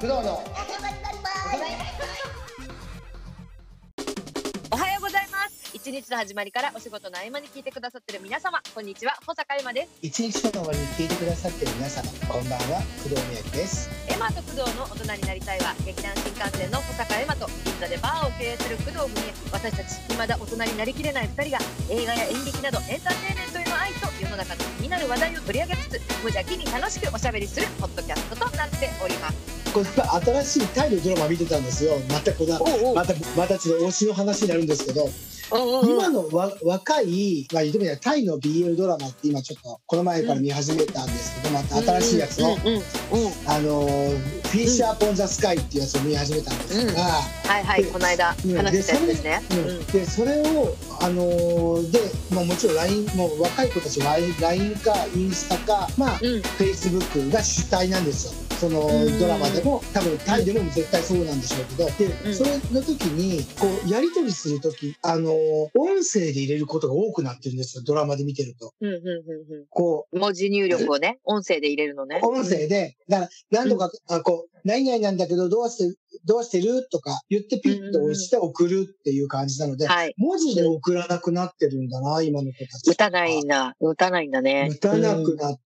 工藤のおはようございます。一日の始まりからお仕事の合間に聞いてくださっている皆様、こんにちは、保坂エマです。 一日の終わりに聞いてくださっている皆様、こんばんは、工藤美也です。 エマと工藤の大人になりたいは、劇団新幹線の保坂エマと銀座でバーを経営する工藤文江、私たち未だ大人になりきれない2人が映画や演劇などエンターテインメントへの愛と世の中の気になる話題を取り上げつつ、無邪気に楽しくおしゃべりするポッドキャストとなっております。 これ新しいタイのドラマ見てたんですよ。またちょっと推しの話になるんですけど、今の若い、タイの BL ドラマって今ちょっとこの前から見始めたんですけど、また新しいやつのフィッシャー・ポン・ザ・スカイっていうやつを見始めたんですが、 はいはい、この間話したやつですね。 でそれをもちろん LINE もう若い子たちは LINE かインスタかFacebook が主体なんですよ。そのドラマでも多分タイでも絶対そうなんでしょうけど、でそれの時にこうやり取りする時音声で入れることが多くなってるんですよ、ドラマで見てると。 こう文字入力をね、音声で入れるのね。 音声でだから何度か何々なんだけどどうしてるとか言ってピッと押して送るっていう感じなので、文字で送らなくなってるんだな、今の子たち。 打たないんだね。 打たなくなって、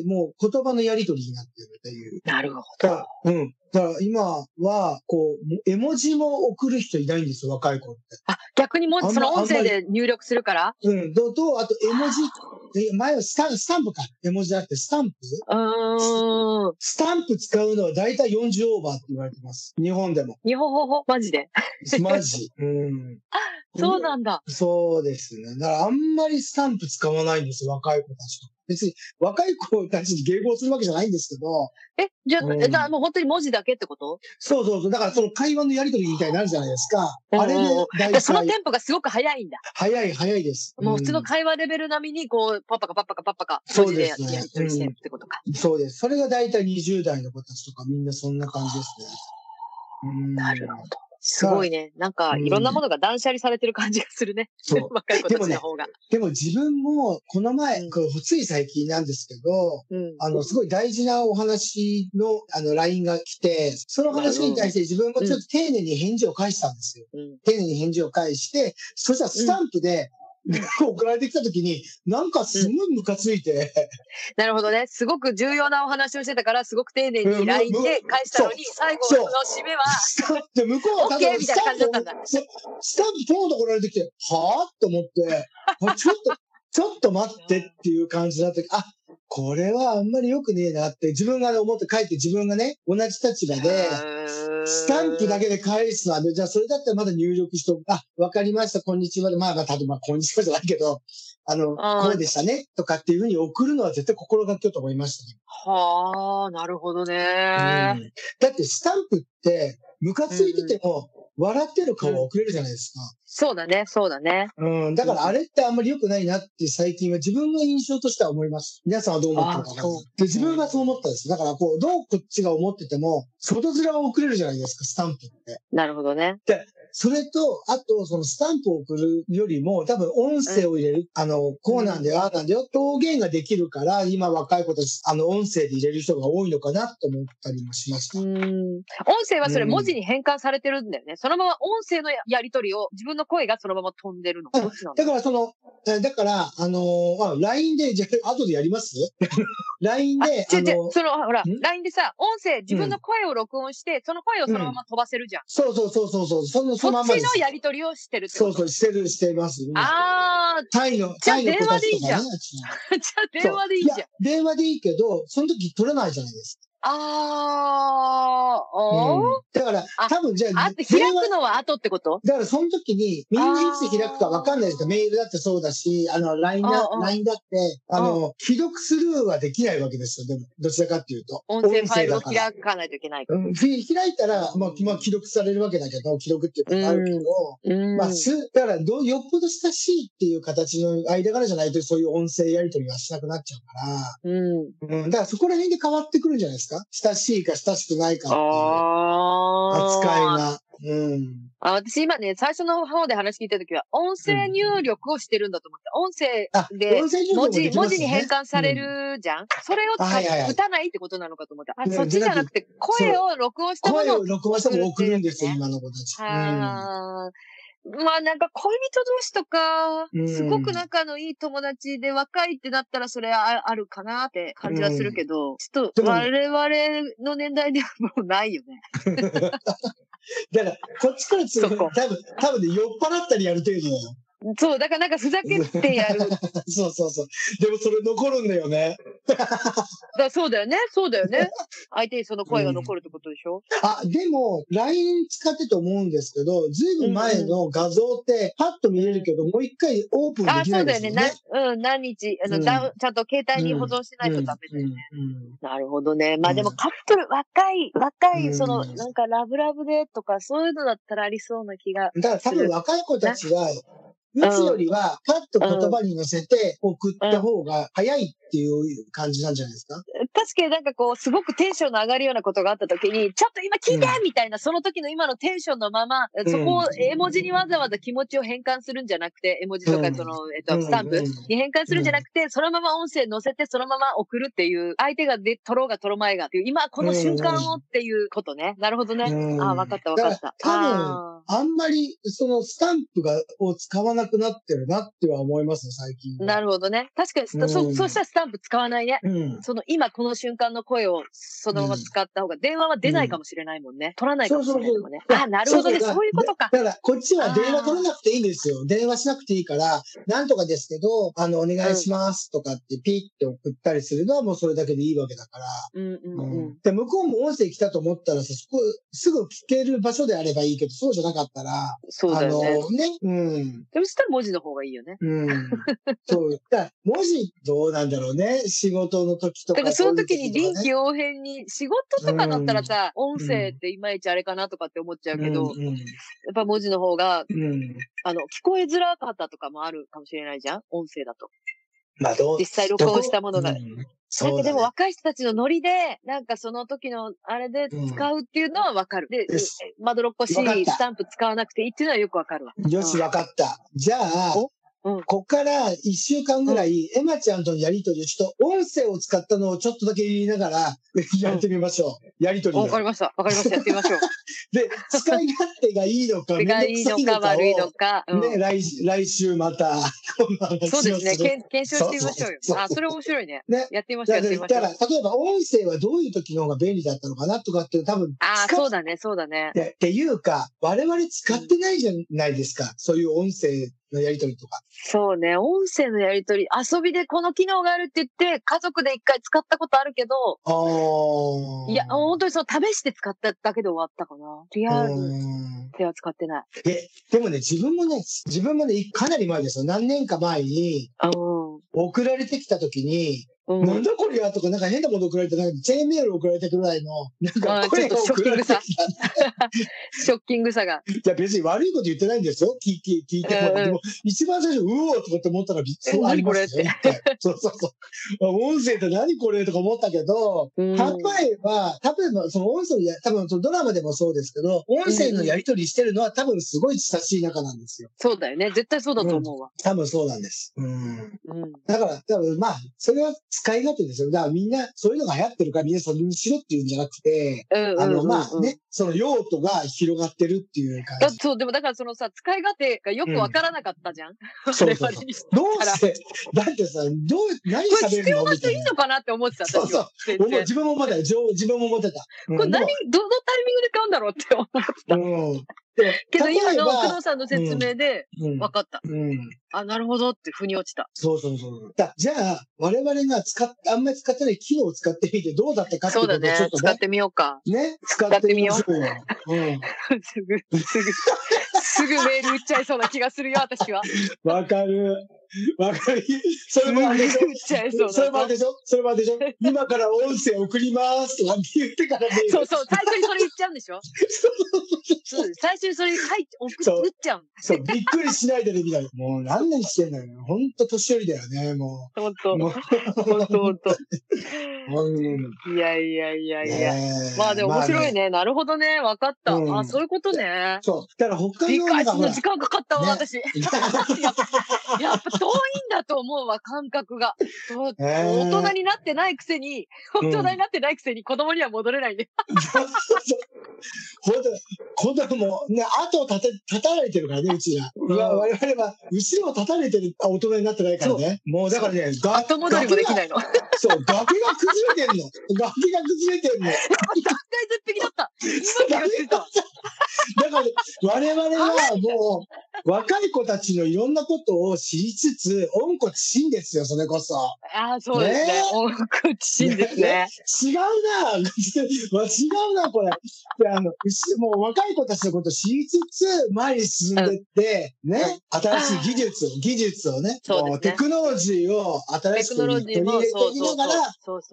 もう言葉のやり取りになってるっていう。 なるほど。 だから今は絵文字も送る人いないんですよ、若い子って。 逆にその音声で入力するから。 あと絵文字、前はスタンプか、絵文字じゃなくてスタンプ。スタンプ使うのはだいたい40オーバーって言われてます。日本でも。 マジで。 マジ。 そうなんだ。 そうですね。だからあんまりスタンプ使わないんですよ、若い子たちと。別に若い子たちに迎合するわけじゃないんですけど。 じゃあもう本当に文字だけってこと？ そう。だからその会話のやり取りみたいになるじゃないですか。あれで大体。 そのテンポがすごく早いんだ。 早いです。 もう普通の会話レベル並みにパッパカ文字でやり取りしてるってことか。 そうです。それが大体20代の子たちとかみんなそんな感じですね。 なるほど。すごいね。なんか、いろんなものが断捨離されてる感じがするね。若い子たちの方が。 でも自分も、この前、つい最近なんですけど、すごい大事なお話の、LINE が来て、その話に対して自分もちょっと丁寧に返事を返したんですよ。丁寧に返事を返して、そしたらスタンプで、送られてきた時に、なんかすごいムカついて。 なるほどね。すごく重要なお話をしてたから、すごく丁寧に LINE で返したのに、最後の締めは、 で向こうは OK みたいな感じだったんだ。 スタンプポンと送られてきて、はぁと思って、ちょっと待ってっていう感じだった。これはあんまり良くねえなって自分が思って帰って自分がね、同じ立場で、スタンプだけで返すのは、じゃあそれだったらまだ入力しとく。わかりました、こんにちはで。例えばこんにちはじゃないけど、こうでしたね、とかっていうふうに送るのは絶対心がけようと思いましたね。 はあ、なるほどね。 だってスタンプって、ムカついてても、笑ってる顔が送れるじゃないですか。 そうだね。 だからあれってあんまり良くないなって最近は自分の印象としては思います。皆さんはどう思ってるか分かんない。で、自分がそう思ったんです。だからどうこっちが思ってても、外面は送れるじゃないですか、スタンプって。 なるほどね。 で、それと、あと、そのスタンプを送るよりも、多分音声を入れる。こうなんだよ、なんだよ、表現ができるから、今若い子たち、音声で入れる人が多いのかなと思ったりもしました。 音声はそれ文字に変換されてるんだよね。そのまま音声のやり取りを、自分の声がそのまま飛んでるの。どっちなんだ？ だから、LINE で、じゃあ、後でやります？LINE で、 ほら、LINE でさ、音声、自分の声を録音して、その声をそのまま飛ばせるじゃん。 そう。そっちのやり取りをしてるってこと？ そう、してます。タイの子たちとかね。 じゃあ電話でいいじゃん。 電話でいいけど、その時取れないじゃないですか。だから、多分じゃあ、 開くのは後ってこと？ だからその時に、みんないつ開くか分かんないですか。メールだってそうだし、LINE だって、既読スルーはできないわけですよ。でも、どちらかっていうと。 音声ファイルを開かないといけないから。 開いたら、既読されるわけだけど、既読っていうかあるけど、だから、よっぽど親しいっていう形の間柄じゃないと、そういう音声やり取りはしなくなっちゃうから、だからそこら辺で変わってくるんじゃないですか。親しいか親しくないかっていう扱いが。 私今ね、最初の方で話聞いたときは、音声入力をしてるんだと思った。音声で文字に変換されるじゃん、それを打たないってことなのかと思った。そっちじゃなくて、声を録音したものを送るんですよ、今の子たち。 まあなんか恋人同士とか、すごく仲のいい友達で若いってなったらそれあるかなって感じはするけど、ちょっと我々の年代ではもうないよね。 だから、こっちからすると多分ね、酔っ払ったりやる程度だよ。 そう、だからなんかふざけてやる。 そうそうそう。でもそれ残るんだよね。 そうだよね。そうだよね。相手にその声が残るってことでしょ、 でも、LINE 使ってと思うんですけど、ずいぶん前の画像って、パッと見れるけど、もう一回オープンできないですよね。 そうだよね。何日、ちゃんと携帯に保存しないとダメだよね。なるほどね。まあでもカップル、若い、なんかラブラブでとか、そういうのだったらありそうな気がする。 だから多分若い子たちは、打つよりは、パッと言葉に乗せて送った方が早いっていう感じなんじゃないですか？ 確かになんかこう、すごくテンションの上がるようなことがあった時に、ちょっと今聞いてみたいな、その時の今のテンションのまま、そこを絵文字にわざわざ気持ちを変換するんじゃなくて、絵文字とかその、スタンプに変換するんじゃなくて、そのまま音声乗せて、そのまま送るっていう、相手が取ろうが取ろまいがっていう、今この瞬間をっていうことね。なるほどね。わかったわかった。 多分、あんまりそのスタンプを使わなくなってるなっては思いますね、最近。 なるほどね。確かに、そうしたらスタンプ使わないね。その今この瞬間の声をそのまま使った方が、電話は出ないかもしれないもんね。取らないかもしれないもんね。なるほどね。そういうことか。 だから、こっちは電話取らなくていいんですよ。電話しなくていいから、なんとかですけど、お願いしますとかってピッて送ったりするのはもうそれだけでいいわけだから。で、向こうも音声来たと思ったらさ、そこすぐ聞ける場所であればいいけど、そうじゃなかったら、 そうだよね。でもしたら文字の方がいいよね。 そう。文字どうなんだろうね。仕事の時とか。 だからその時に臨機応変に、仕事とかだったらさ、音声っていまいちあれかなとかって思っちゃうけど、やっぱ文字の方が、聞こえづらかったとかもあるかもしれないじゃん、音声だと。実際録音したものが。なんかでも若い人たちのノリで、なんかその時のあれで使うっていうのはわかる。で、まどろっこしいスタンプ使わなくていいっていうのはよくわかるわ。 よし、わかった。じゃあ、こっから1週間ぐらい、エマちゃんとのやりとりを音声を使ったのをちょっとだけ言いながら、やってみましょう。やりとりを。 わかりました。やってみましょう。 で、使い勝手がいいのか、 がいいのか悪いのか。 ね、来週また、 そうですね。検証してみましょうよ。それ面白いね。やってみましょう。 だから、例えば音声はどういう時の方が便利だったのかなとかって多分。 そうだね。 っていうか、我々使ってないじゃないですか。そういう音声のやりとりとか。 そうね、音声のやりとり、遊びでこの機能があるって言って、家族で一回使ったことあるけど、いや、本当に試して使っただけで終わったかな。リアルでは使ってない。 でもね、自分もね、かなり前ですよ。何年か前に、送られてきた時に、なんだこりゃとか、なんか変なもの送られて、なんかチェーンメール送られてくるぐらいの、なんか声が送られてきた。 ショッキングさが。 いや、別に悪いこと言ってないんですよ。聞いても。でも、一番最初、うおーとかって思ったら、そうありましたよ。そう。音声って何これとか思ったけど、例えば、多分その音声多分ドラマでもそうですけど、音声のやり取りしてるのは多分すごい親しい仲なんですよ。 そうだよね。絶対そうだと思うわ。 多分そうなんです。だから、多分まあ、それは使い勝手ですよ。だからみんな、そういうのが流行ってるからみんなそれにしろっていうんじゃなくて、まあね、その用途が広がってるっていう感じ。 そう、でもだからそのさ、使い勝手がよくわからなかったじゃん。 そう。どうして、だってさ、何喋るのこれ必要な人いいのかなって思ってた。 そう。自分も思ってた。自分も思ってた。 これどのタイミングで買うんだろうって思ってた。けど今の工藤さんの説明で分かった。なるほどって腑に落ちた。 そう。じゃあ、我々があんまり使ってない機能を使ってみてどうだったかっていうことをちょっとね。 使ってみようか。 ね。使ってみよう。すぐメール打っちゃいそうな気がするよ、私は。 わかる。 わかる。それもあれでしょ。 言っちゃいそうだそれもあれでしょ。それもあれでしょ。今から音声送りますとかって言ってからね。 そうそう、最初にそれ言っちゃうんでしょ。そう最初にそれ書いて送っちゃう。 そう、びっくりしないでね、みたいな。もう何年してんだよね。ほんと年寄りだよね、もほんと。 う。 ほんと。いや。まあでも面白いね。なるほどね。わかった。あ、そういうことね。 そう。だから北海道理解するの時間かかったわ、 ね私。やっぱ遠いんだと思うわ、感覚が。大人になってないくせに、子供には戻れないんで。 ほんと、子供ね、後を立たれてるからね、うちら。我々は、後ろを立たれてる大人になってないからね。もうだからね、 後戻りもできないの。 そう、崖が崩れてんの。崖が崩れてんの。 絶壁だった。今気がついた。 だから、我々はもう、若い子たちのいろんなことを知りつつ、温故知新ですよ、それこそ。 ああ、そうですね。温故知新ですね。 違うな、これ。もう若い子たちのことを知りつつ、前に進んでって、ね、新しい技術をね、テクノロジーを新しく取り入れていきながら、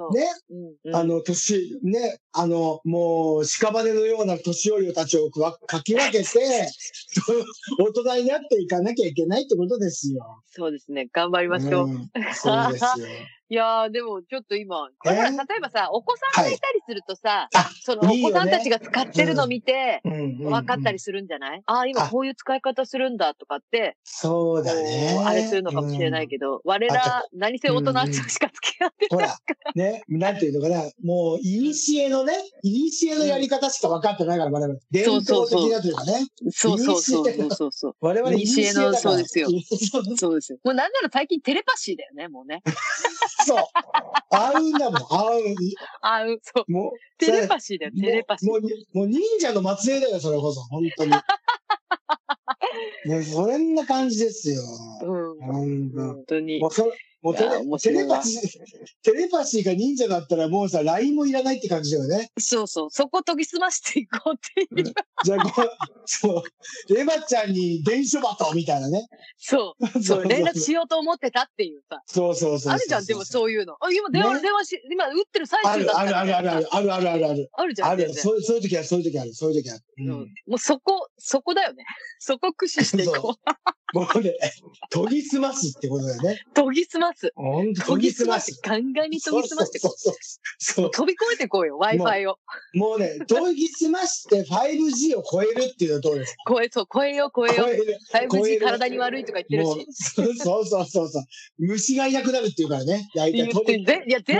ね、もう、屍のような年寄りたちをかき分けて、大人になっていかなきゃいけないってことですよ。 そうですね。頑張りましょう。 そうですよ。 いやー、でもちょっと今、これ例えばさ、お子さんがいたりするとさ、そのお子さんたちが使ってるの見て、分かったりするんじゃない？ああ、今こういう使い方するんだとかって、 そうだね。 あれするのかもしれないけど、我ら、何せ大人としか付き合ってないから。 ね、なんていうのかな、もう、いにしえのやり方しか分かってないから、我々。伝統的なというかね。 そう。 我々、いにしえの、 そうですよ。そうですよ。もうなんなら最近テレパシーだよね、もうね。 そう。合うんだもん、 合う。そう。もう、テレパシーだよ、テレパシー。 もう忍者の末裔だよ、それこそ、本当に。ね、そんな感じですよ。 本当に。 もうテレパシーが忍者だったらもうさ、LINE もいらないって感じだよね。 そう。そこ研ぎ澄ましていこうっていう。 じゃあ、エマちゃんに電書バトみたいなね。 そう、連絡しようと思ってたっていうさ。 そう。 あるじゃん、でもそういうの。今電話今打ってる最中だったある。 あるじゃん。 ある。そういう時ある。 もうそこだよね。そこ駆使していこう。 もうね、研ぎ澄ますってことだよね。 研ぎ澄ます。 研ぎ澄ます。 ガンガンに研ぎ澄ましてこう。飛び越えてこうよ、Wi-Fi を。 もうね、研ぎ澄まして 5G を超えるっていうのはどうですか？ 超えよう。5G 体に悪いとか言ってるし。 そう。虫がいなくなるっていうからね。 いや、全然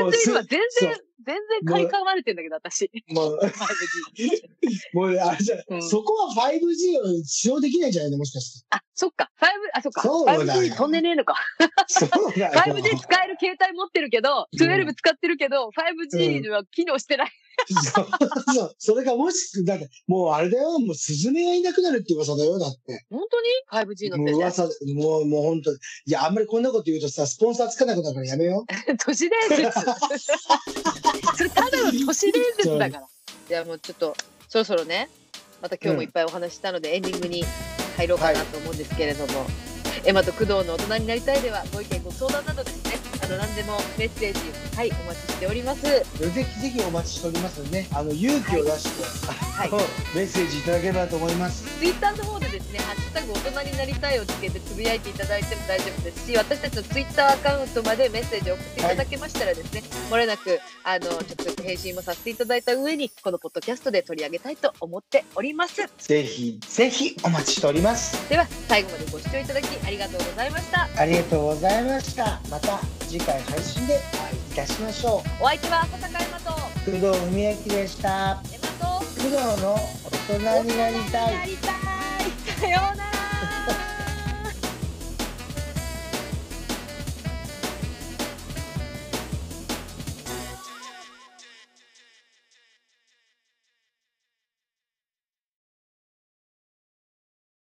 買い買われてんだけど、私。 もう、あれじゃ、そこは 5G を使用できないんじゃないの？もしかして。 そっか。5G 飛んでねえのか。5G 使える携帯持ってるけど、12使ってるけど、5G は機能してない。 そう。それがもし、だって、もうあれだよ、もうスズメがいなくなるって噂だよ、だって。 本当に ?5G のって噂、もう本当に。いや、あんまりこんなこと言うとさ、スポンサーつかなくなるからやめよう。 都市伝説。それただの都市伝説だから。じゃあもうちょっと、そろそろね、また今日もいっぱいお話したので、エンディングに入ろうかなと思うんですけれども、エマと工藤の大人になりたいでは、ご意見ご相談などですね、何でもメッセージ、お待ちしております。 ぜひお待ちしておりますのでね、勇気を出して、メッセージいただければと思います。 ツイッターの方でですね、ハッシュタグ大人になりたいをつけてつぶやいていただいても大丈夫ですし、私たちのツイッターアカウントまでメッセージを送っていただけましたらですね、もれなく、直接返信もさせていただいた上に、このポッドキャストで取り上げたいと思っております。 ぜひお待ちしております。 では、最後までご視聴いただきありがとうございました。 ありがとうございました。また次回配信でお会いいたしましょう。お相手は小坂エマと工藤文明でした。 エマと工藤の大人になりたい。 さようなら。